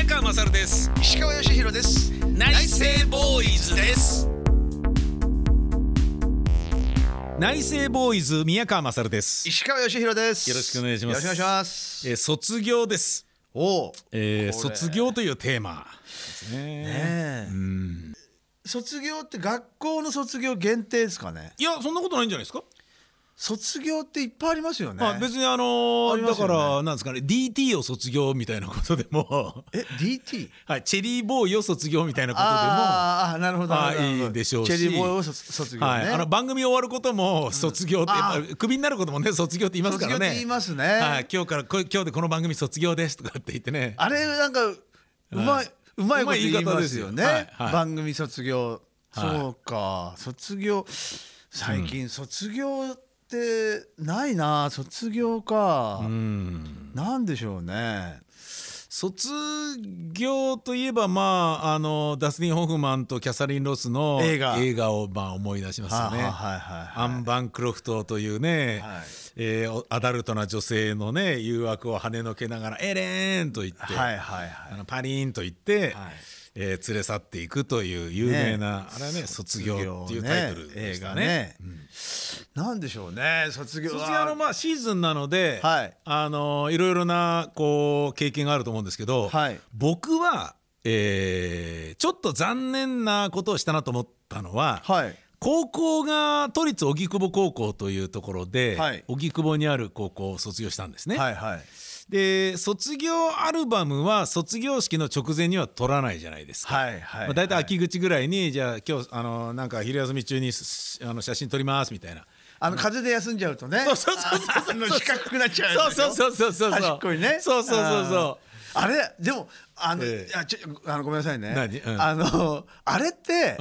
宮川勝です。 石川義弘です。 内政ボーイズです。内政ボーイズ宮川勝です。 石川義弘です。 よろしくお願いします。 よろしくお願いします。 卒業です。卒業というテーマですね。 卒業って学校の卒業限定ですかね。 いや、そんなことないんじゃないですか。 卒業っていっぱいありますよね。 別にありますよね。 だからなんですかね、 DT を卒業みたいなことでも DT はい、チェリーボーイを卒業みたいなことでもなるほどいいでしょうし、 チェリーボーイを卒業ね、 はい、番組終わることも卒業って、やっぱクビになることもね、卒業って言いますからね。 卒業って言いますね。 はい、今日でこの番組卒業ですとかって言ってね、 あれなんかうまいこと言いますよね。 はいはい、 番組卒業、そうか、卒業、最近卒業ってないな。卒業か、なんでしょうね。 卒業といえば、ダスティン・ホフマンとキャサリン・ロスの映画を思い出しますよね。アン・バンクロフトというね、アダルトな女性のね誘惑を跳ねのけながらエレーンと言って、パリーンと言って、連れ去っていくという有名な、あれはね、卒業っていうタイトルでしたね。 なんでしょうね、卒業は。 卒業のシーズンなので、いろいろな経験があると思うんですけど、僕は、ちょっと残念なことをしたなと思ったのは、高校が都立荻窪高校というところで、荻窪にある高校を卒業したんですね。で、卒業アルバムは卒業式の直前には撮らないじゃないですか。だいたい秋口ぐらいに、じゃあ今日なんか昼休み中に写真撮りますみたいな、 風で休んじゃうとね、四角くなっちゃうよ。 そう端っこにね。あれでもごめんなさいね。あれって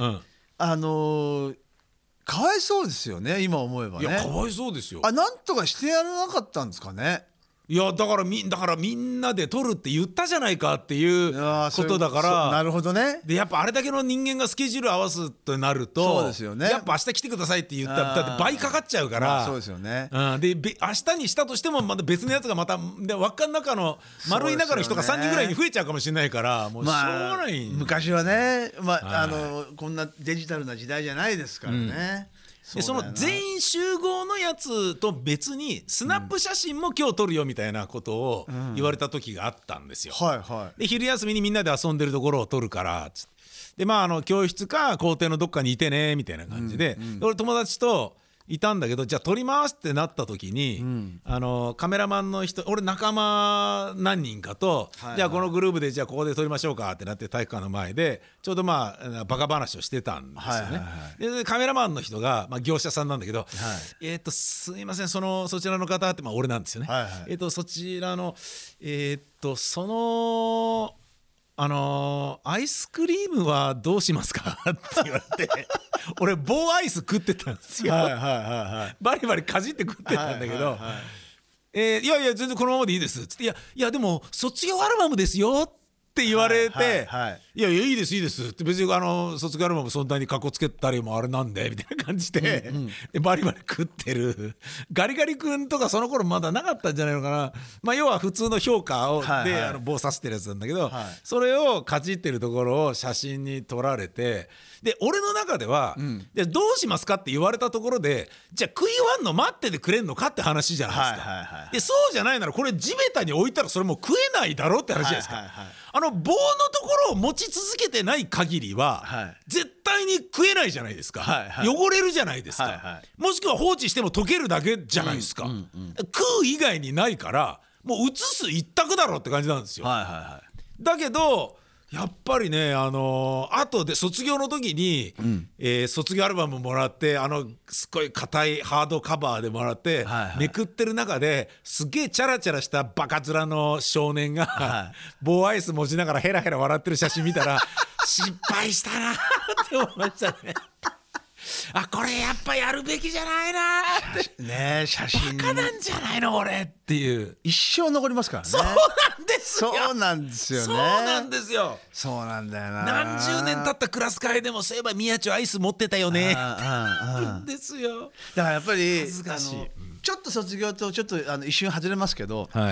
かわいそうですよね、今思えばね。 いや、かわいそうですよ。 なんとかしてやらなかったんですかね。 いや、だからみんなで撮るって言ったじゃないかっていうことだから。 なるほどね。 で、やっぱあれだけの人間がスケジュール合わすとなると、 そうですよね。 やっぱ明日来てくださいって言ったらだって倍かかっちゃうから、 そうですよね。 で、明日にしたとしてもまた別のやつがまた輪っかの中の丸い中の人が3人ぐらいに増えちゃうかもしれないから、もうしょうがない。 昔はね、こんなデジタルな時代じゃないですからね。 で、その全員集合のやつと別にスナップ写真も今日撮るよみたいなことを言われた時があったんですよ。で、昼休みにみんなで遊んでるところを撮るからつって、で、教室か校庭のどっかにいてねみたいな感じで、俺友達といたんだけど、じゃあ撮りますってなった時に、カメラマンの人、俺仲間何人かと、じゃあこのグループでじゃあここで撮りましょうかってなって、体育館の前でちょうどバカ話をしてたんですよね。で、カメラマンの人が、業者さんなんだけど、すいません、そちらの方って、俺なんですよね。そちらのアイスクリームはどうしますかって言われて俺棒アイス食ってたんですよ。バリバリかじって食ってたんだけど、いやいや全然このままでいいですっつって、いやでも卒業アルバムですよって言われて、いやいいですって、別に卒業アルバムそんなにかっこつけたりもあれなんでみたいな感じで、バリバリ食ってるガリガリ君とかその頃まだなかったんじゃないのかな。要は普通の評価で棒刺してるやつなんだけど、それをかじってるところを写真に撮られて、で俺の中では、どうしますかって言われたところで、じゃあ食い終わんの待っててくれんのかって話じゃないですか。で、そうじゃないならこれ地べたに置いたらそれもう食えないだろって話じゃないですか。棒のところを持ち続けてない限りは、絶対に食えないじゃないですか。汚れるじゃないですか。もしくは放置しても溶けるだけじゃないですか。食う以外にないから、もう移す一択だろって感じなんですよ。だけどやっぱりね、後で卒業の時に、卒業アルバムもらって、すっごい硬いハードカバーでもらって、めくってる中ですっげえチャラチャラしたバカ面の少年が、棒アイス持ちながらヘラヘラ笑ってる写真見たら失敗したなって思いましたね。これやっぱやるべきじゃないなってね。写真バカなんじゃないの俺っていう、 一生残りますからね。 そうなんですよ。 そうなんですよね。 そうなんですよ。 そうなんだよな。 何十年経ったクラス会でも、そういえば宮地アイス持ってたよねですよ。 だからやっぱり恥ずかしい。 ちょっと卒業とちょっと一瞬外れますけど、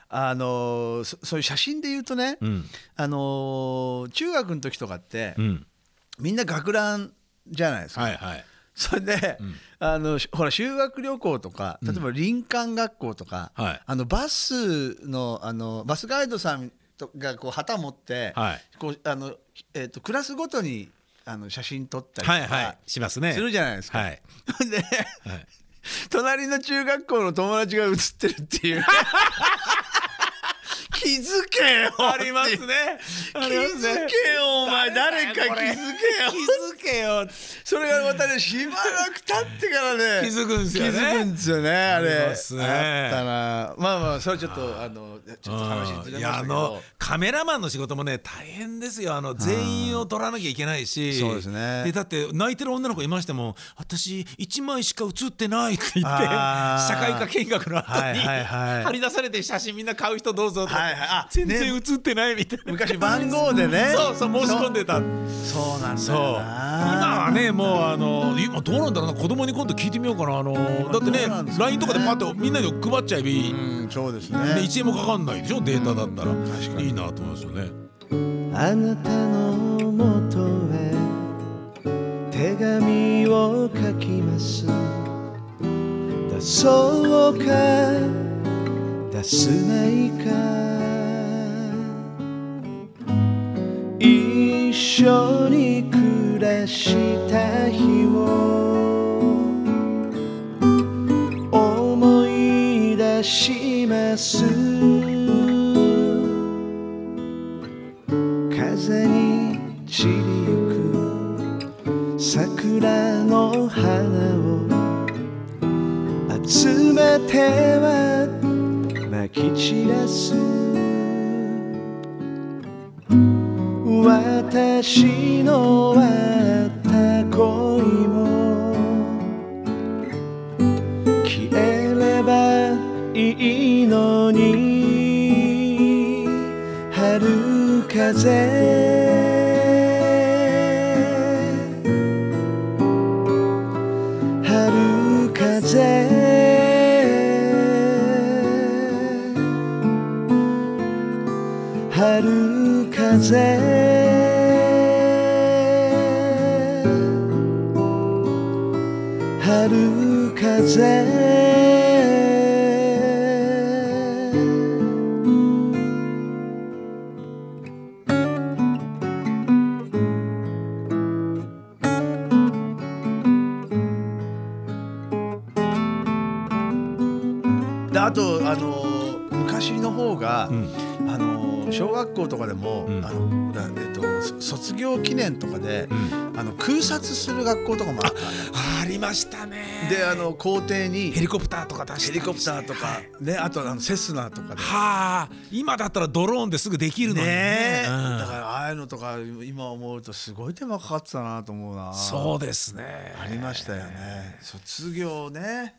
そういう写真で言うとね、中学の時とかって、みんな学ランじゃないですか。はいはい、それで、ほら修学旅行とか、例えば林間学校とか、バスガイドさんがこう旗持って、こうクラスごとに写真撮ったりとかしますね。 するじゃないですか。で、隣の中学校の友達が写ってるっていう気づけよ。 ありますね。 気づけよお前、誰か気づけよ。 気づけよ。 それがまたね、しばらく経ってからね気づくんですよね。 気づくんですよね。あれあったな。まあそれちょっと話ずれましたけど、 カメラマンの仕事もね大変ですよ。全員を撮らなきゃいけないし。 そうですね。 でだって泣いてる女の子いましても、私1枚しか写ってないって言って、社会科見学の後に張り出されて写真みんな買う人どうぞと、全然写ってないみたいな。 昔番号でねそう申し込んでた。 そうなんだよな。 今はねもう今どうなんだろうな。子供に今度聞いてみようかな。だってね LINE とかでパッとみんなに配っちゃえばいい。 そうですね。 1円もかかんないでしょ、データだったら。いいなと思いますよね。 あなたのもとへ手紙を書きます。出そうか出すまいか、一緒に暮らした日を思い出します。風に散りゆく桜の花を集めてはまき散らす。私のあった恋も消えればいいのに、春風春風春風春風で、あと昔の方が、小学校とかでも、卒業記念とかで、空撮する学校とかもあった。 ありましたね。 で校庭にヘリコプターとか出して、 ヘリコプターとか、ね、あとセスナとかで、 今だったらドローンですぐできるのにね。だからああいうのとか今思うとすごい手間かかってたなと思うな。 そうですね。 ありましたよね、卒業ね。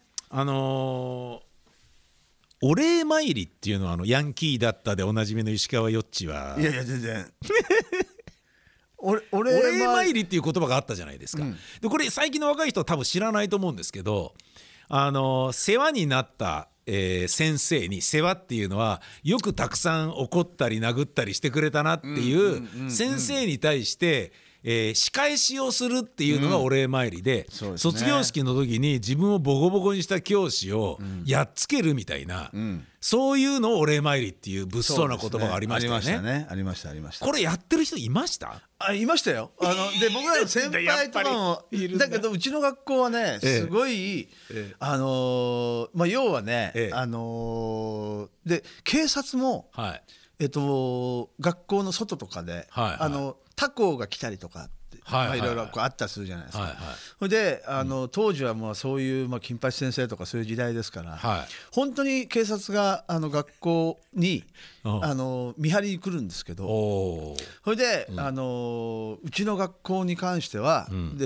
お礼参りっていうのはヤンキーだったでおなじみの石川よっちは、 いや全然お礼参りっていう言葉があったじゃないですか。でこれ最近の若い人は多分知らないと思うんですけど、世話になった、先生に、世話っていうのはよくたくさん怒ったり殴ったりしてくれたなっていう先生に対して仕返しをするっていうのがお礼参りで、卒業式の時に自分をボコボコにした教師をやっつけるみたいな、そういうのをお礼参りっていう物騒な言葉がありましたよね。 ありました。これやってる人いました？ いましたよ。で僕らの先輩とかもだけど、うちの学校はねすごい、要はね、で警察も、学校の外とかで、他校が来たりとかいろいろあったりするじゃないですか。それで当時はもうそういう金八先生とかそういう時代ですから、本当に警察が学校に見張りに来るんですけど、それでうちの学校に関しては、で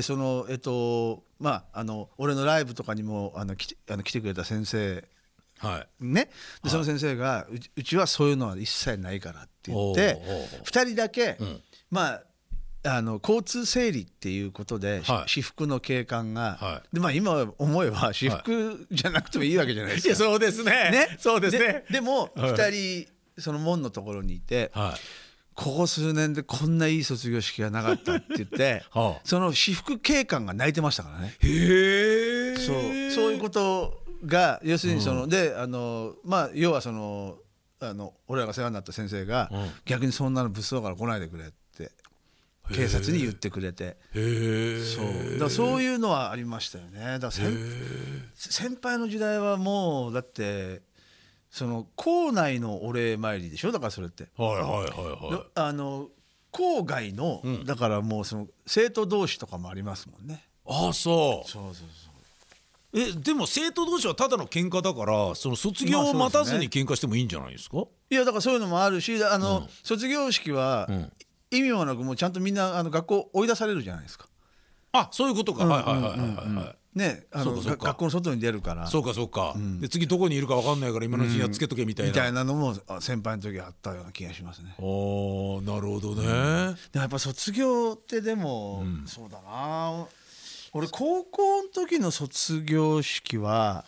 俺のライブとかにも来てくれた先生ね、でその先生がうちはそういうのは一切ないからって言って、2人だけ交通整理っていうことで、私服の警官が、で今思えば私服じゃなくてもいいわけじゃないですか。 いやそうですね。そうですね。 でも2人その門のところにいて、ここ数年でこんないい卒業式がなかったって言って、その私服警官が泣いてましたからね。 へえ。 そういうことが要するにで要は俺らが世話になった先生が、逆にそんなの物騒から来ないでくれって警察に言ってくれて、そういうのはありましたよね。だから先輩の時代はもうだってその校内のお礼参りでしょ。だからそれって郊外の、だからもうその生徒同士とかもありますもんね。 そうでも生徒同士はただの喧嘩だから、その卒業を待たずに喧嘩してもいいんじゃないですか。 いやだからそういうのもあるし、卒業式は意味もなくもうちゃんとみんな学校追い出されるじゃないですか。 そういうことか。 ね、学校の外に出るから。 そうか、で次どこにいるか分かんないから今のうちにやっつけとけみたいな、 のも先輩の時はあったような気がしますね。 なるほどね。 でもやっぱ卒業ってでも、そうだな、俺高校の時の卒業式は、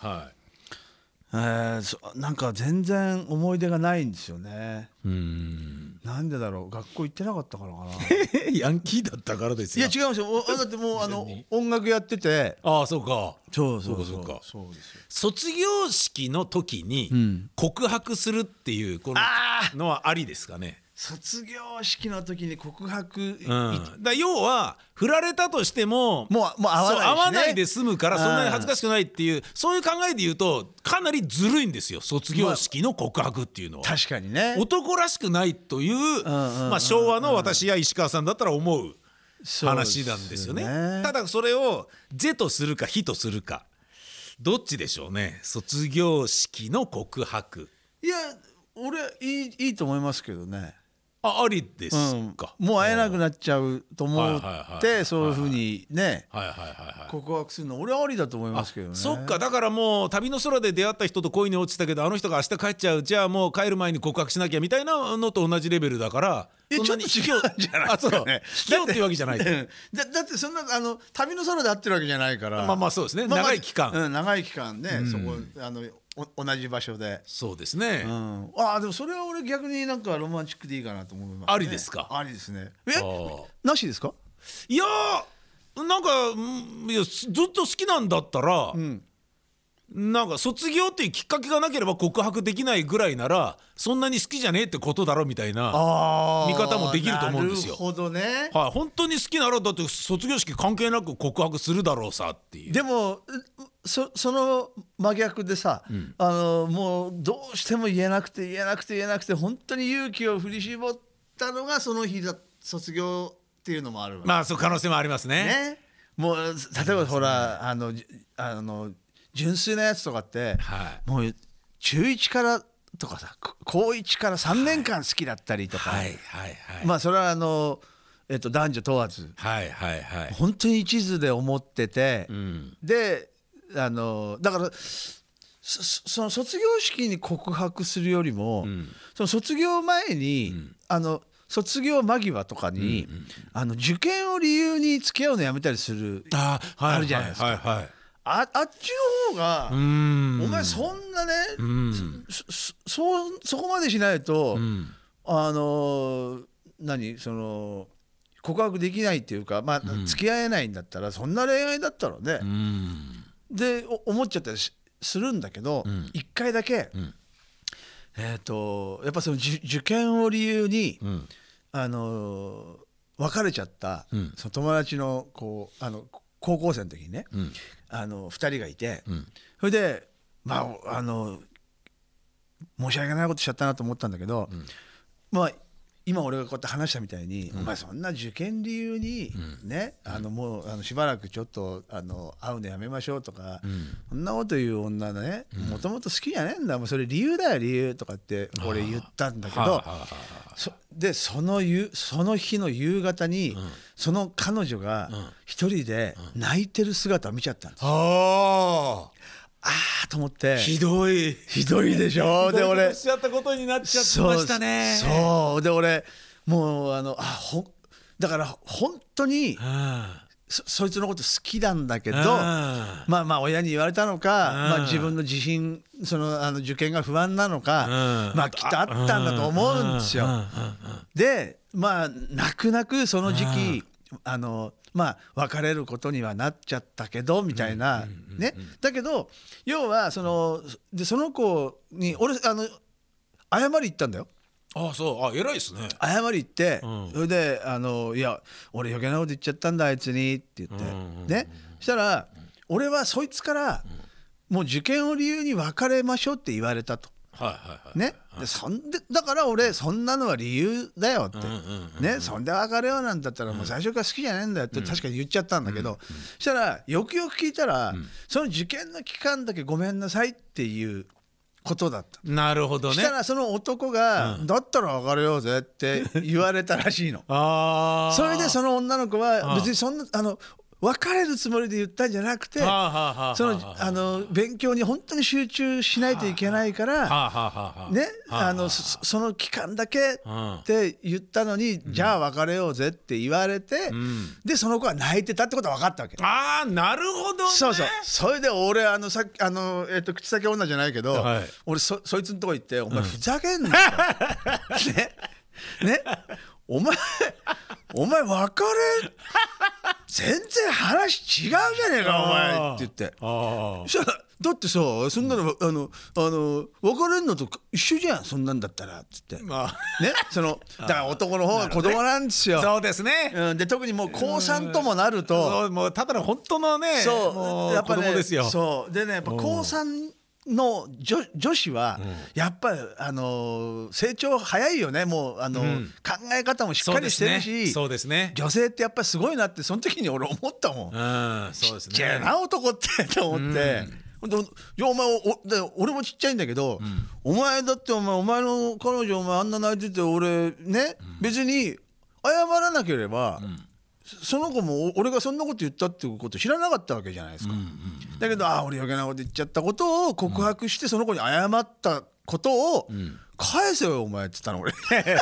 なんか全然思い出がないんですよね。なんでだろう、学校行ってなかったからかな。 ヤンキーだったからですよ。 いや違うんですよ。だってもう音楽やってて。 そうか。 そうですよ。卒業式の時に告白するっていうこののはありですかね。 卒業式の時に告白、 要は振られたとしてももう会わないで済むから、そんなに恥ずかしくないっていう、そういう考えで言うとかなりずるいんですよ、卒業式の告白っていうのは。 確かにね、 男らしくないという、昭和の私や石川さんだったら思う話なんですよね。ただそれを是とするか非とするか、どっちでしょうね。卒業式の告白、 いや俺いいと思いますけどね。 ありですか。 もう会えなくなっちゃうと思ってそういうふうにね告白するの俺はありだと思いますけどね。 そっか、だからもう旅の空で出会った人と恋に落ちたけど、あの人が明日帰っちゃう、じゃあもう帰る前に告白しなきゃみたいなのと同じレベルだから、 ちょっと違うんじゃないですかね。 卑怯っていうわけじゃない。だってそんな旅の空で会ってるわけじゃないから。 そうですね、長い期間、 長い期間ね、そこ同じ場所で。 そうですね。 でもそれは俺逆になんかロマンチックでいいかなと思いますね。 ありですか。 ありですね。なしですか。 いやなんかずっと好きなんだったら、なんか卒業っていうきっかけがなければ告白できないぐらいなら、そんなに好きじゃねえってことだろみたいな見方もできると思うんですよ。 なるほどね。 本当に好きならだって卒業式関係なく告白するだろうさっていう。 でもその真逆でさ、もうどうしても言えなくて本当に勇気を振り絞ったのがその日卒業っていうのもあるわけ。 そう可能性もありますね。 もう例えばほら純粋なやつとかって、もう中1からとかさ、高1から3年間好きだったりとか、それは男女問わず、本当に一途で思ってて、でだからその卒業式に告白するよりも、その卒業前に、卒業間際とかに、受験を理由に付き合うのやめたりするあるじゃないですか。あっちの方がお前そんなね、そこまでしないと、その告白できないっていうか、付き合えないんだったら、そんな恋愛だったらね、で思っちゃったりするんだけど、一回だけ、やっぱその受験を理由に、別れちゃった、その友達の高校生の時にね、2人がいて、それで申し訳ないことしちゃったなと思ったんだけど、今俺がこうやって話したみたいに、お前そんな受験理由にね、もうしばらくちょっと会うのやめましょうとか、そんなこと言う女ね、もともと好きじゃねえんだ、もうそれ理由だよ理由とかって俺言ったんだけど、でその日の夕方に、その彼女が一人で泣いてる姿を見ちゃったんですよ。と思って、ひどいでしょ。で俺しちゃったことになっちゃってましたね。 そうで俺もうだだから本当にそいつのこと好きなんだけど、まあ親に言われたのか、自分の自信受験が不安なのか、きっとあったんだと思うんですよ。で泣く泣くその時期別れることにはなっちゃったけどみたいなね。だけど要はその子に俺謝り行ったんだよ。 偉いですね。 謝り行って、それでいや俺余計なこと言っちゃったんだあいつにって言ってね。そしたら俺はそいつからもう受験を理由に別れましょうって言われたと。ね、だから俺そんなのは理由だよってね、そんで別れようなんだったらもう最初から好きじゃないんだよって確かに言っちゃったんだけど、そしたらよくよく聞いたらその受験の期間だけごめんなさいっていうことだった。 なるほどね。 そしたらその男が、だったら別れようぜって言われたらしいの。それでその女の子は別にそんな別れるつもりで言ったんじゃなくて、勉強に本当に集中しないといけないからね、その期間だけって言ったのに、じゃあ別れようぜって言われて、でその子は泣いてたってことは分かったわけ。 なるほどね。 それで俺さっき口先女じゃないけど、俺そいつのとこ行って「お前ふざけんなよ」ねお前別れ全然話違うじゃねえかお前って言って、そしたらだってさそんなの別れんのと一緒じゃんそんなんだったらっつってね、だから男の方が子供なんですよ。 そうですね。 で特にもう高3ともなるともうただの本当のねやっぱ子供ですよ。 そうでねやっぱ高3の女子はやっぱり成長早いよね。もう考え方もしっかりしてるし、 そうですね。 女性ってやっぱりすごいなってその時に俺思ったもん。ちっちゃいな男ってと思って。いやお前俺もちっちゃいんだけど、お前だってお前の彼女あんな泣いてて俺ね、別に謝らなければその子も俺がそんなこと言ったっていうこと知らなかったわけじゃないですか。だけど俺余計なこと言っちゃったことを告白してその子に謝ったことを返せよお前って言ったの俺。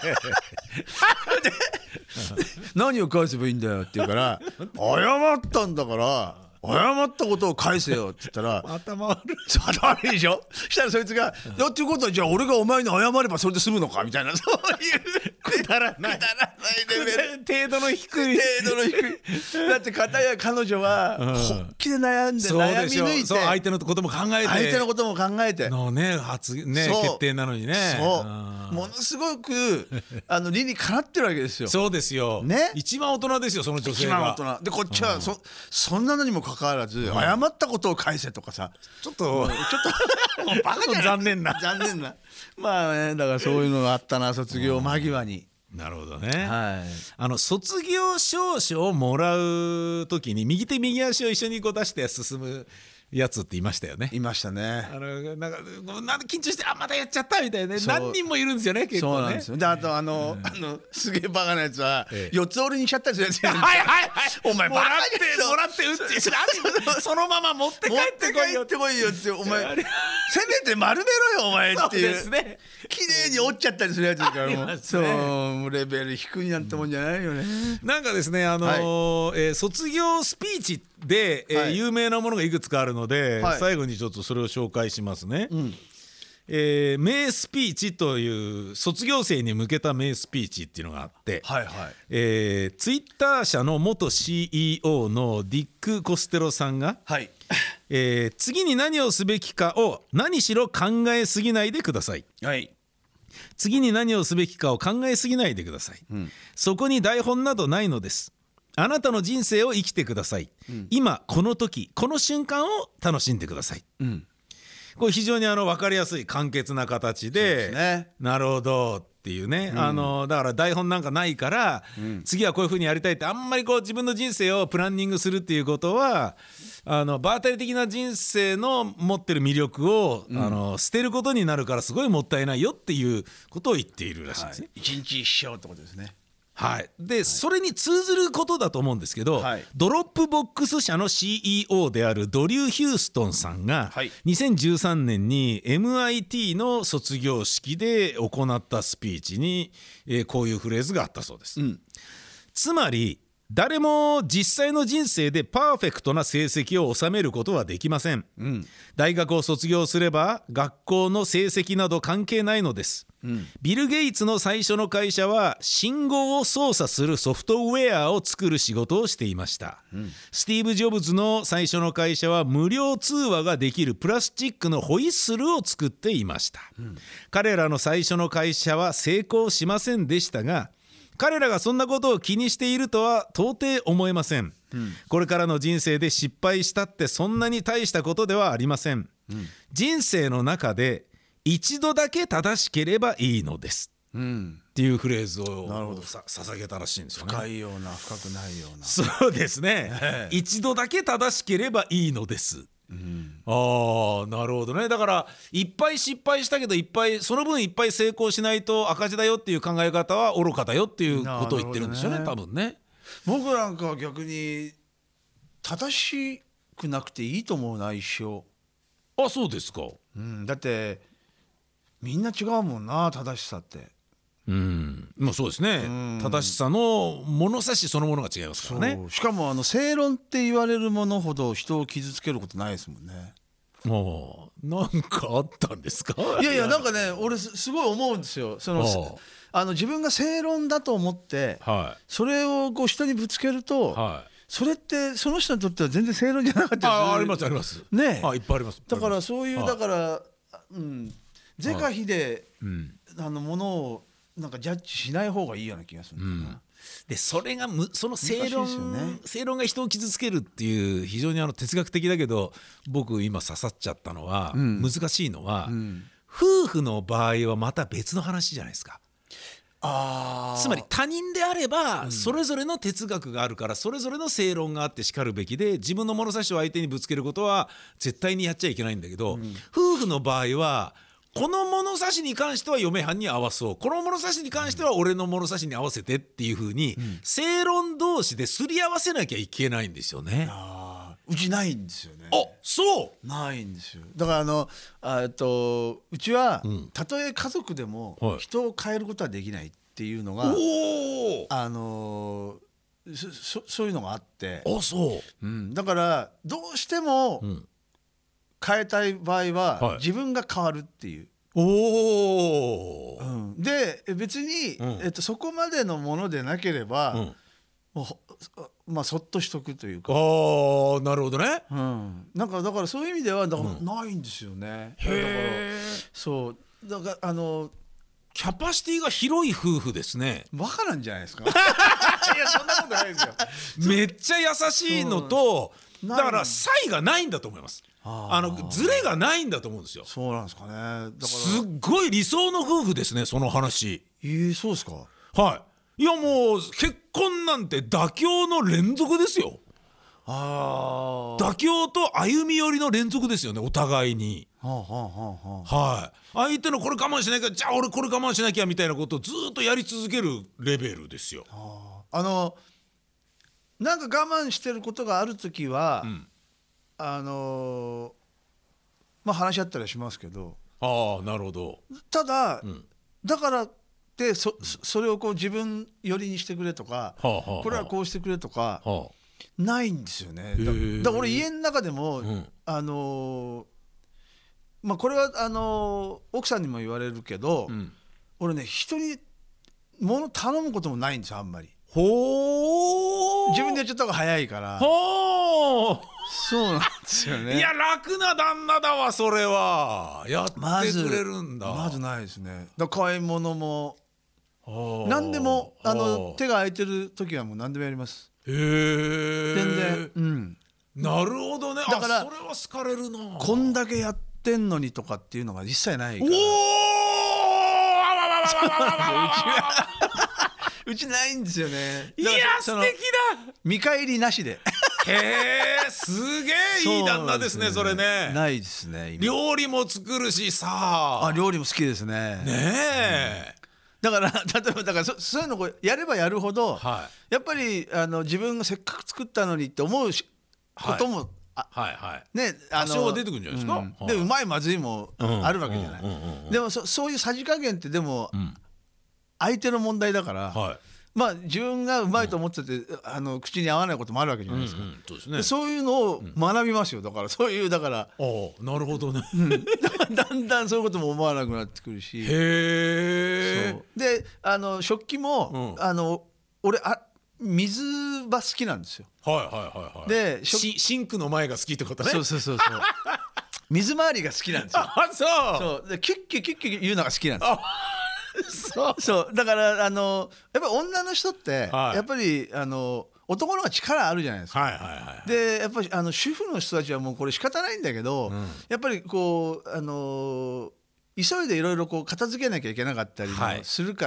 何を返せばいいんだよって言うから謝ったんだから謝ったことを返せよって言ったら頭悪い。 頭悪いでしょ。したらそいつが「だっていうことはじゃあ俺がお前に謝ればそれで済むのか」みたいな、そういうくだらないレベル程度の低いだって片や彼女は本気で悩んで悩み抜いて、 相手のことも考えてのね決定なのにね。 そうものすごく理にかなってるわけですよ。 そうですよね。一番大人ですよその女性が。 一番大人でこっちはそんなのにもかかわらず謝ったことを返せとかさ、 ちょっとバカじゃない。残念なね、だからそういうのがあったな卒業間際に。 なるほどね。卒業証書をもらう時に右手右足を一緒に出して進むやつっていましたよね。 いましたね。 なんか緊張してまたやっちゃったみたいなね、何人もいるんですよね結構ね。 そうなんですよ。であとすげえバカなやつは四つ折りにしちゃったりするやつ。お前バカじゃん。 もらって打ってそのまま持って帰ってこいよってお前せめて丸めろよお前っていう。綺麗に折っちゃったりするやつからもそうレベル低いなんてもんじゃないよね。 なんかですね卒業スピーチで有名なものがいくつかあるので最後にちょっとそれを紹介しますね。名スピーチという卒業生に向けた名スピーチっていうのがあって、ツイッター社の元 CEO のディック・コステロさんが、次に何をすべきかを何しろ考えすぎないでください、次に何をすべきかを考えすぎないでください、そこに台本などないのです。あなたの人生を生きてください、今この時この瞬間を楽しんでください、これ非常に分かりやすい簡潔な形で、なるほどっていうね、だから台本なんかないから、次はこういう風にやりたいってあんまり自分の人生をプランニングするっていうことは場当たり的な人生の持ってる魅力を、捨てることになるからすごいもったいないよっていうことを言っているらしいですね。 一日一生ってことですね。 でそれに通ずることだと思うんですけど、ドロップボックス社の CEO であるドリュー・ヒューストンさんが、2013年に MIT の卒業式で行ったスピーチに、こういうフレーズがあったそうです。 つまり誰も実際の人生でパーフェクトな成績を収めることはできません、大学を卒業すれば学校の成績など関係ないのです、ビル・ゲイツの最初の会社は信号を操作するソフトウェアを作る仕事をしていました、スティーブ・ジョブズの最初の会社は無料通話ができるプラスチックのホイッスルを作っていました、彼らの最初の会社は成功しませんでしたが、彼らがそんなことを気にしているとは到底思えません、これからの人生で失敗したってそんなに大したことではありません、人生の中で一度だけ正しければいいのです、っていうフレーズを捧げたらしいんですよね。 深いような深くないような。 そうですね、一度だけ正しければいいのです、ああなるほどね。だからいっぱい失敗したけどその分いっぱい成功しないと赤字だよっていう考え方は愚かだよっていうことを言ってるんでしょうね、多分ね。 僕なんかは逆に正しくなくていいと思うな、一生。 あ、そうですか。 だってみんな違うもんな、正しさって。 まあそうですね、正しさの物差しそのものが違いますからね。 しかも正論って言われるものほど人を傷つけることないですもんね。 なんかあったんですか？ いやなんかね、俺すごい思うんですよ。自分が正論だと思って、それをこう人にぶつけると、それってその人にとっては全然正論じゃなかったりする。 ありますありますね。いっぱいあります。 だからそういうだから是か非でものをなんかジャッジしない方がいいような気がするんだよな。 でそれがその正論が人を傷つけるっていう非常に哲学的だけど僕今刺さっちゃったのは、難しいのは、夫婦の場合はまた別の話じゃないですか。つまり他人であればそれぞれの哲学があるからそれぞれの正論があってしかるべきで、自分の物差しを相手にぶつけることは絶対にやっちゃいけないんだけど、夫婦の場合はこの物差しに関しては嫁はんに合わそう、この物差しに関しては俺の物差しに合わせてっていう風に、正論同士ですり合わせなきゃいけないんですよね。 うちないんですよね。 そうないんですよ。だからうちは、たとえ家族でも人を変えることはできないっていうのが、そういうのがあって、だからどうしても、変えたい場合は、自分が変わるっていう。で別に、そこまでのものでなければ、そっとしとくというか。 なるほどね。 だからそういう意味ではないんですよね。だからキャパシティが広い夫婦ですね。 バカなんじゃないですか。いやそんなことないですよ。 めっちゃ優しいのと、だから差異がないんだと思います。ズレがないんだと思うんですよ。 そうなんですかね。だからすっごい理想の夫婦ですね、その話。 そうですか。 いやもう結婚なんて妥協の連続ですよ。妥協と歩み寄りの連続ですよね、お互いに。相手のこれ我慢しなきゃ、じゃあ俺これ我慢しなきゃみたいなことをずっとやり続けるレベルですよ。 なんか我慢してることがあるときは、話し合ったりしますけど。 なるほど。 ただ、だからってそれをこう自分寄りにしてくれとか、これはこうしてくれとか、ないんですよね。だから俺家の中でも、これは奥さんにも言われるけど、俺ね、人に物頼むこともないんですよ、あんまり。自分でやっちゃった方が早いから。そうなんですよね。 いや楽な旦那だわ、それは。やってくれるんだ。 まずないですね。だから買い物も何でも手が空いてる時はもう何でもやります。全然。 なるほどね。 だからそれは好かれるな。 こんだけやってんのにとかっていうのが一切ないから。うちないんですよね。 いや素敵だ。 見返りなしで。 すげえいい旦那ですね、それね。 ないですね。 料理も作るしさ。 料理も好きですね。だから例えばそういうのをやればやるほど、やっぱり自分がせっかく作ったのにって思うこともね、多少は出てくるんじゃないですか。 でうまいまずいもあるわけじゃない。でもそういうさじ加減ってでも相手の問題だから、 まあ自分がうまいと思ってて、口に合わないこともあるわけじゃないですか。そうですね。そういうのを学びますよ。だからそういうだから。 なるほどね。 だんだんそういうことも思わなくなってくるし。 へえ。 で食器も、俺水場好きなんですよ。でシンクの前が好きってことね。 そう水回りが好きなんですよ。そうでキュッキュキュッキュ言うのが好きなんですよ。そうだからやっぱり女の人って、やっぱり男の方が力あるじゃないですか。でやっぱり主婦の人たちはもうこれ仕方ないんだけど、やっぱりこう急いでいろいろ片付けなきゃいけなかったりもするから、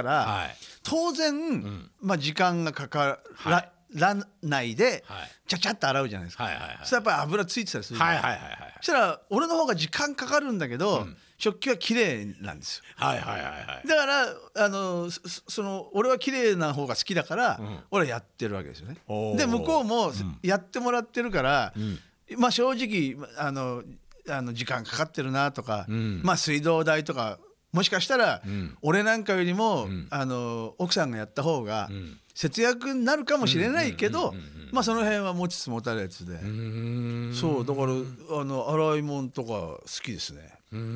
当然、時間がかからないでちゃちゃっと洗うじゃないですか。そしたらやっぱり油ついてたりする。そしたら俺の方が時間かかるんだけど、食器は綺麗なんですよ。だから俺は綺麗な方が好きだから、俺はやってるわけですよね。で向こうもやってもらってるから、まあ正直時間かかってるなとか、まあ水道代とかもしかしたら、俺なんかよりも、奥さんがやった方が節約になるかもしれないけど、まあその辺は持ちつ持たれつで、そうだから洗い物とか好きですね。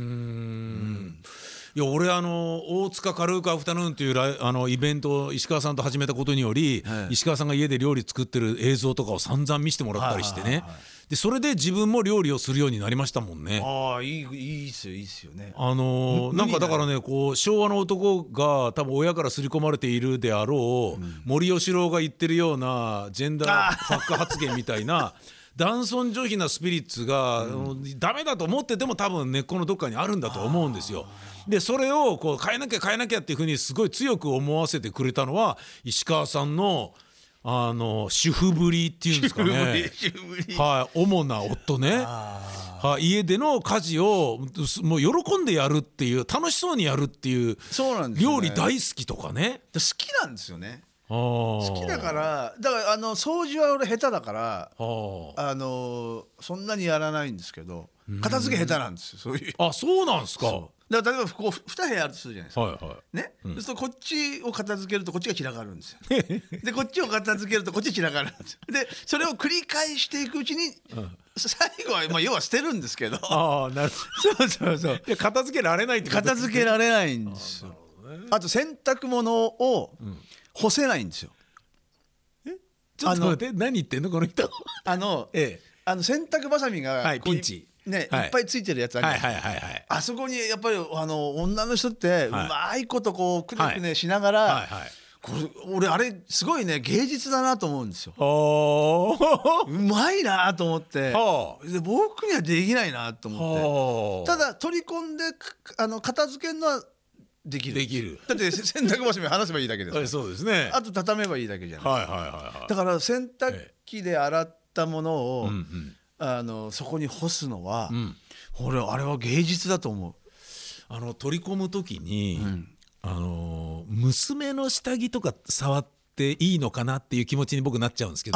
いや俺大塚カルークアフタヌーンというイベントを石川さんと始めたことにより、石川さんが家で料理作ってる映像とかを散々見せてもらったりしてね、でそれで自分も料理をするようになりましたもんね。 いいっすよね。 なんかだからね、昭和の男が多分親から刷り込まれているであろう、森喜朗が言ってるようなジェンダーファック発言みたいな男尊女卑なスピリッツが、ダメだと思ってても多分根っこのどっかにあるんだと思うんですよ。でそれを変えなきゃっていうふうにすごい強く思わせてくれたのは石川さんの主婦ぶりっていうんですかね。主な夫ね。家での家事をもう喜んでやるっていう、楽しそうにやるっていう、料理大好きとかね。 好きなんですよね。好きだから掃除は俺下手だから、そんなにやらないんですけど、片付け下手なんですよ。そういう。 そうなんですか。 だから例えば2部屋あるとするじゃないですか。ね、そうするとこっちを片付けるとこっちが散らかるんですよ。でこっちを片付けるとこっち散らかるんですよ。でそれを繰り返していくうちに、最後は要は捨てるんですけど。 なるほど。そう。片付けられないってことですね。 片付けられないんですよ。あと洗濯物を干せないんですよ。 ちょっと待って、何言ってんのこの人。 洗濯ばさみがピンチね、いっぱいついてるやつあるじゃないですか。あそこにやっぱり女の人ってうまいことくねくねしながら、俺あれすごいね芸術だなと思うんですよ。うまいなと思って、で僕にはできないなと思って、ただ取り込んで片付けるのはできる。だって洗濯ばさみ離せばいいだけですから。 そうですね。 あと畳めばいいだけじゃない。だから洗濯機で洗ったものをそこに干すのは、俺あれは芸術だと思う。 取り込む時に、娘の下着とか触っていいのかなっていう気持ちに僕なっちゃうんですけど。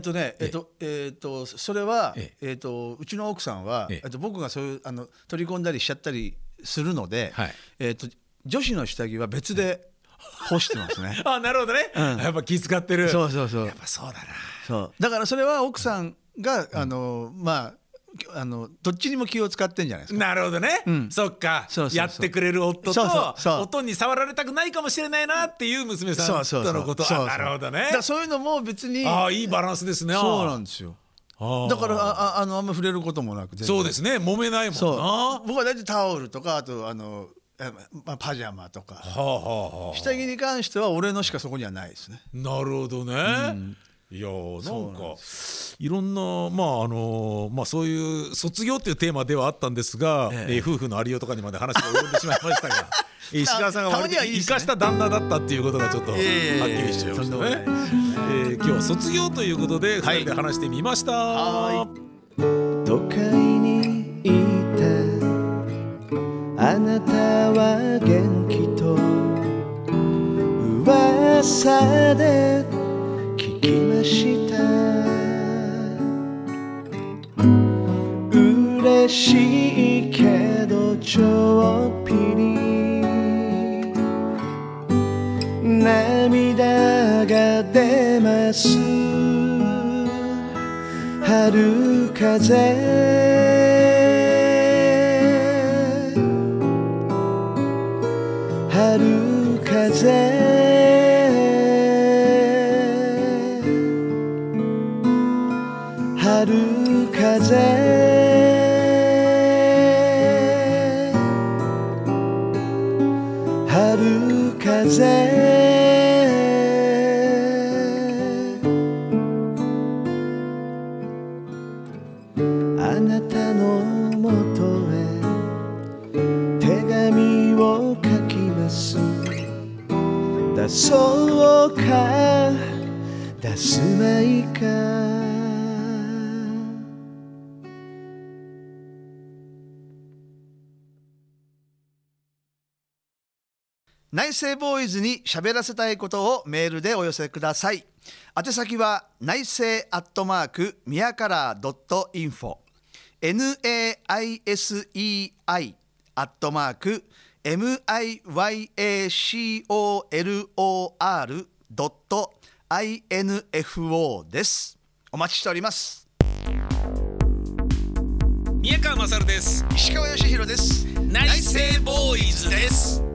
それはうちの奥さんは僕がそういう取り込んだりしちゃったりするので、女子の下着は別で干してますね。 なるほどね。やっぱ気遣ってる。 そう。 やっぱそうだな。だからそれは奥さんがまあどっちにも気を使ってんじゃないですか。 なるほどね。そっか。やってくれる夫と夫に触られたくないかもしれないなっていう娘さんとのこと。なるほどね。 そういうのも別にいいバランスですね。 そうなんですよ。だからあんま触れることもなく。 そうですね。揉めないもんな。 僕は大体タオルとかあとパジャマとか下着に関しては俺のしかそこにはないですね。 なるほどね。いやなんかいろんなそういう卒業っていうテーマではあったんですが、夫婦のありようとかにまで話が及んでしまいましたが、石川さんが割と生かした旦那だったっていうことがちょっとはっきりしちゃいましたね。今日は卒業ということで2人で話してみました。 都会にいたあなたは元気と噂で聞きました。嬉しいけどちょっぴり涙花が出ます。春風春風春風春風あなたのもとへ手紙を書きます。出そうか出すまいか。 内政ボーイズに喋らせたいことをメールでお寄せください。宛先は内政宮から.info NAISEI@MYACOLOR.info です。お待ちしております。 宮川勝です。 石川義弘です。 内政ボーイズです。